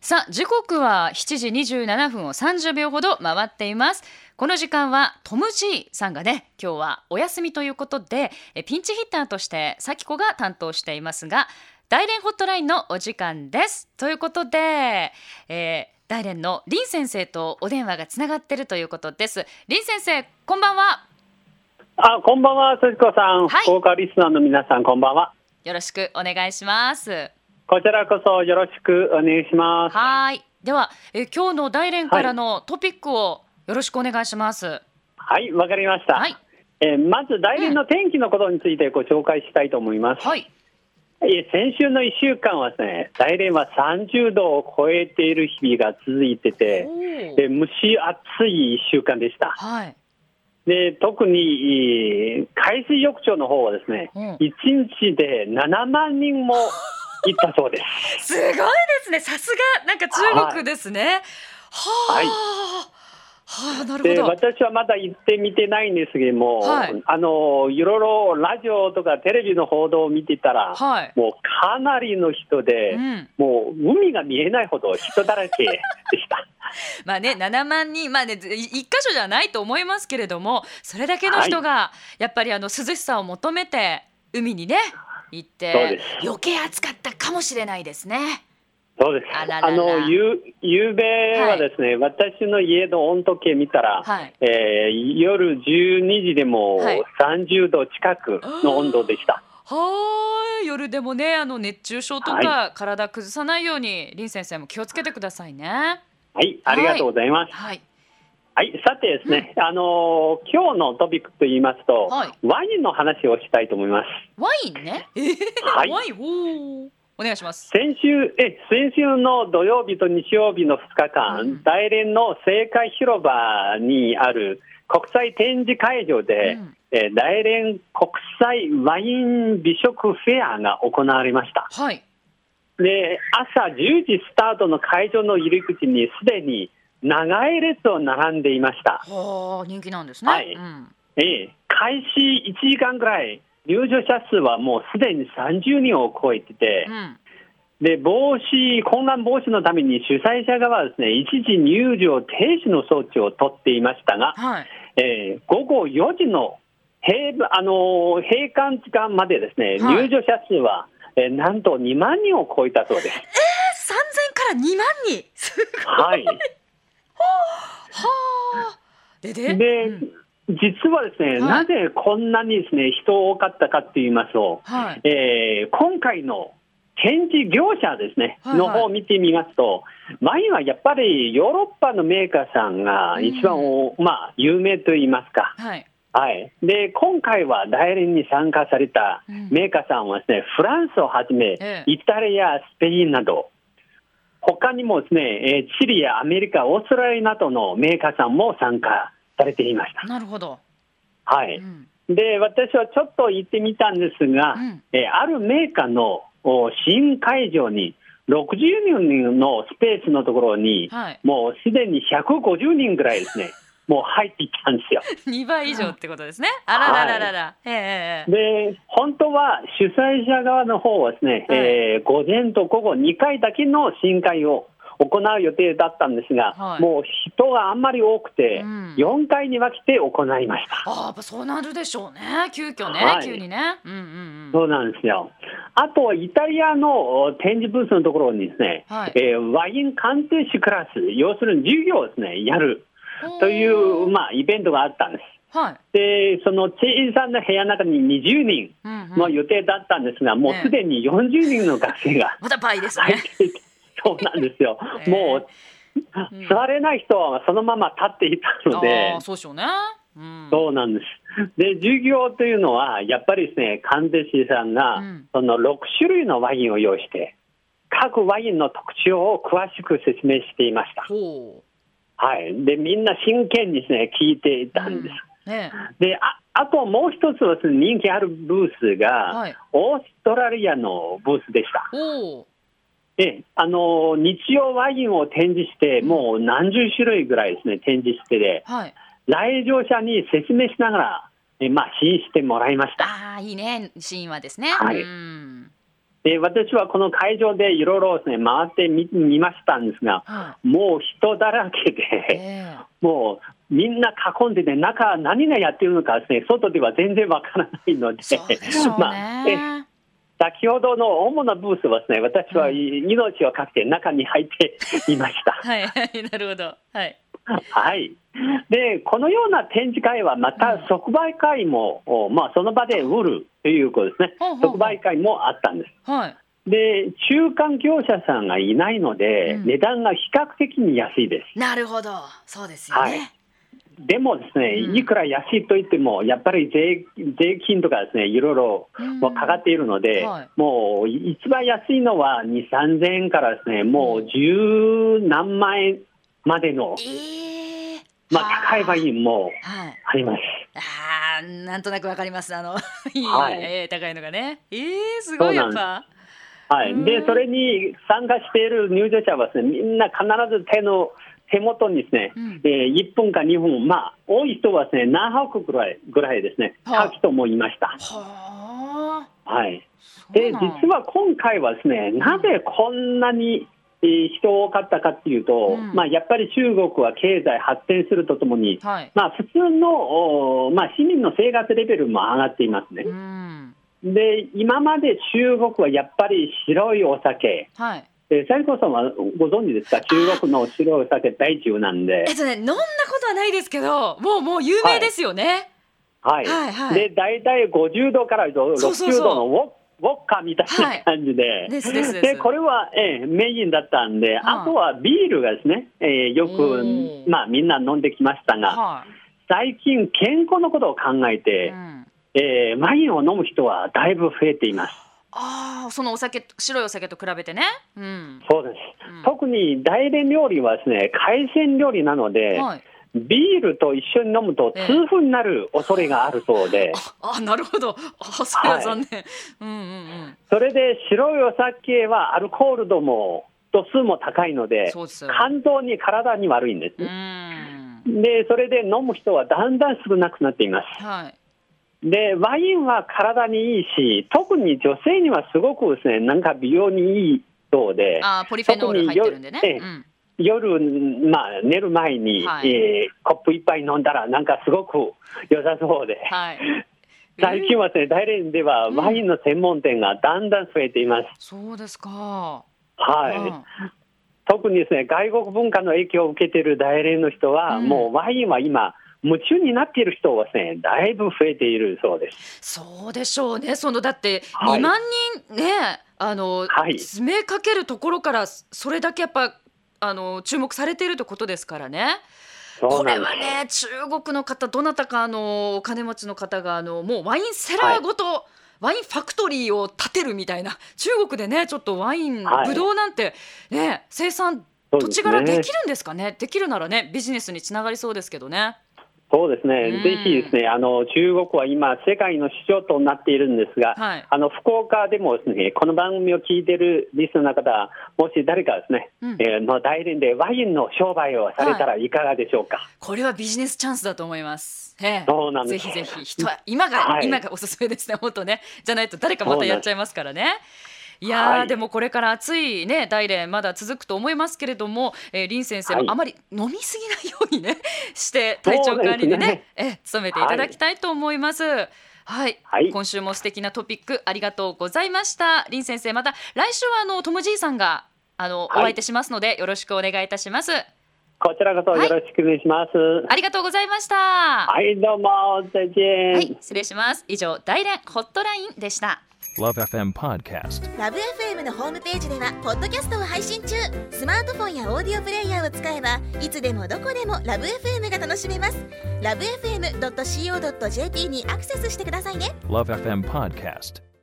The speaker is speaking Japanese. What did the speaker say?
さあ時刻は7時27分を30秒ほど回っています。この時間はトム・ジーさんがね今日はお休みということでピンチヒッターとして咲子が担当していますが、大連ホットラインのお時間ですということで、大連の林先生とお電話がつながっているということです。林先生こんばんは。 こんばんは、すじこさん、 はい、 福岡リスナーの皆さん、こんばんは。 よろしくお願いします。 こちらこそよろしくお願いします。 はい、では今日の大連からのトピックをよろしくお願いします。 はい、わかりました。 はい、 まず大連の天気のことについてご紹介したいと思います。 はい、 先週の1週間はですね、大連は30度を超えている日々が続いてて、蒸し暑い1週間でした。 はい、 で特に海水浴場の方はですね、1日で7万人も行ったそうです。 すごいですね。さすがなんか中国ですね。はあ、なるほど。 で私はまだ行ってみてないんですけども、 はい、 いろいろラジオとかテレビの報道を見てたら、 はい、 もうかなりの人で、もう海が見えないほど人だらけでしたまあね、7万人、まあね、一箇所じゃないと思いますけれども、それだけの人がやっぱり涼しさを求めて海にね行って余計暑かったかもしれないですね。 そうです。ゆうべはですね、私の家の温度計見たら、夜12時でも30度近くの温度でした。 夜でもね熱中症とか体崩さないように林先生も気をつけてくださいね。 はい、ありがとうございます。はい、さてですね、今日のトピックと言いますと、ワインの話をしたいと思います。 ワインね。ワイン、お願いします。 先週の土曜日と日曜日の2日間、大連の青海広場にある国際展示会場で、大連国際ワイン美食フェアが行われました。 はい、 で朝10時スタートの会場の入り口にすでに長い列を並んでいました。 人気なんですね。 開始1時間ぐらい入場者数はもうすでに30人を超えてて、で混乱防止のために主催者側はですね、一時入場停止の措置を取っていましたが、午後4時の閉館時間までですね、入場者数は、なんと2万人を超えたそうです。 3000から2万人。 はい。で実はですね、なぜこんなにですね人多かったかと言いますと、今回の展示業者ですね、の方を見てみますと、ワインはやっぱりヨーロッパのメーカーさんが一番、有名と言いますか。で今回は大連に参加されたメーカーさんはですね、フランスをはじめ、イタリア、スペインなど他にもですね、チリやアメリカ、オーストラリアなどのメーカーさんも参加されていました。 なるほど。 で私はちょっと行ってみたんですが、あるメーカーの新会場に60人のスペースのところに、もうすでに150人ぐらいですねもう入っていったんですよ。 2倍以上ってことですね。あららららら。 で本当は主催者側の方はですね、午前と午後2回だけの新会を行う予定だったんですが、もう人があんまり多くて、4回に分けて行いました。 やっぱそうなるでしょうね、急遽ね、急にね。 そうなんですよ。あとイタリアの展示ブースのところにですね、ワイン鑑定士クラス、要するに授業をですねやるという、イベントがあったんです。でその小さな部屋の中に20人の予定だったんですが、もうすでに40人の学生がまた倍ですね。 入っていて、そうなんですよ。もう座れない人はそのまま立っていたので、 そうでしょうね。 そうなんです。で授業というのはやっぱりですね、鑑定士さんがその6種類のワインを用意して各ワインの特徴を詳しく説明していました。でみんな真剣にですね聞いていたんです。であともう一つはですね、人気あるブースが、オーストラリアのブースでした。日曜ワインを展示して、もう何十種類ぐらいですね展示してで、来場者に説明しながら、試飲してもらいました。 いいね、試飲はですね。 私はこの会場でいろいろですね、回ってみましたんですが、もう人だらけで、もうみんな囲んでて、中何がやってるのかですね、外では全然わからないので、 そうでしょうね。 先ほどの主なブースはですね、私は命をかけて中に入っていました。 はい、なるほど。はい。 はい。で、このような展示会はまた即売会も、その場で売るということですね。即売会もあったんです。 はい。 で、中間業者さんがいないので、値段が比較的に安いです。 なるほど。そうですよね。はい。 でもですね、いくら安いと言っても、やっぱり税金とかですね、いろいろかかっているので、もう一番安いのは2、3000円からですね、もう十何万円までの、高いワインもあります。 なんとなくわかります。高いのがね。すごいやっぱ。 はい。で、それに参加している入場者はですね、みんな必ず手元にですね、1分か2分、多い人はですね、何泊ぐらいですね、書く人もいました。はい。で、実は今回はですね、なぜこんなに人多かったかっていうと、やっぱり中国は経済発展するとともに、普通の、市民の生活レベルも上がっていますね。で、今まで中国はやっぱり白いお酒、斉藤さんはご存知ですか？中国の白いお酒大中なんで。 飲んだことはないですけど、もう有名ですよね。 で、大体50度から60度のウォッカみたいな感じで、でこれは、メインだったんで、あとはビールがですね、よく、みんな飲んできましたが、最近健康のことを考えて、ワインを飲む人はだいぶ増えています。 その白いお酒と比べてね。 そうです。特に大連料理はですね、海鮮料理なので、ビールと一緒に飲むと痛風になる恐れがあるそうで。 なるほど。それは残念。 それで白いお酒はアルコール度数も高いので、肝臓に体に悪いんです。で、それで飲む人はだんだん少なくなっています。で、ワインは体にいいし、特に女性にはすごくですね、なんか美容にいいそうで、 ポリフェノール入ってるんでね。 夜、寝る前に、コップ一杯飲んだらなんかすごく良さそうで、最近はですね、大連ではワインの専門店がだんだん増えています。 そうですか。 特にですね、外国文化の影響を受けている大連の人は、もうワインは今夢中になっている人はですね、だいぶ増えているそうです。 そうでしょうね。だって2万人ね、詰めかけるところからそれだけやっぱ注目されているということですからね。これはね、中国の方、どなたかお金持ちの方がもうワインセラーごと、ワインファクトリーを建てるみたいな、中国でね、ちょっとワイン、ブドウなんてね、生産土地柄できるんですかね。できるならね、ビジネスにつながりそうですけどね。 そうですね、ぜひですね、中国は今、世界の市場となっているんですが、福岡でもですね、この番組を聞いているリスナーの方、もし誰かですね、大連でワインの商売をされたらいかがでしょうか。 これはビジネスチャンスだと思います。 そうなんです。 ぜひ今がおすすめですね、本当ね。じゃないと誰かまたやっちゃいますからね。いやでもこれから暑いね、大連まだ続くと思いますけれども、林先生もあまり飲みすぎないようにねして体調管理でね、努めていただきたいと思います。今週も素敵なトピックありがとうございました。林先生、また来週はトム・ジーさんがお相手しますので、よろしくお願いいたします。 こちらこそよろしくお願いします。 ありがとうございました。 どうも再見。 失礼します。以上、大連ホットラインでした。 LoveFM Podcast。 LoveFM のホームページではポッドキャストを配信中。スマートフォンやオーディオプレイヤーを使えばいつでもどこでも LoveFM が楽しめます。LoveFM.co.jp にアクセスしてくださいね。 LoveFM Podcast。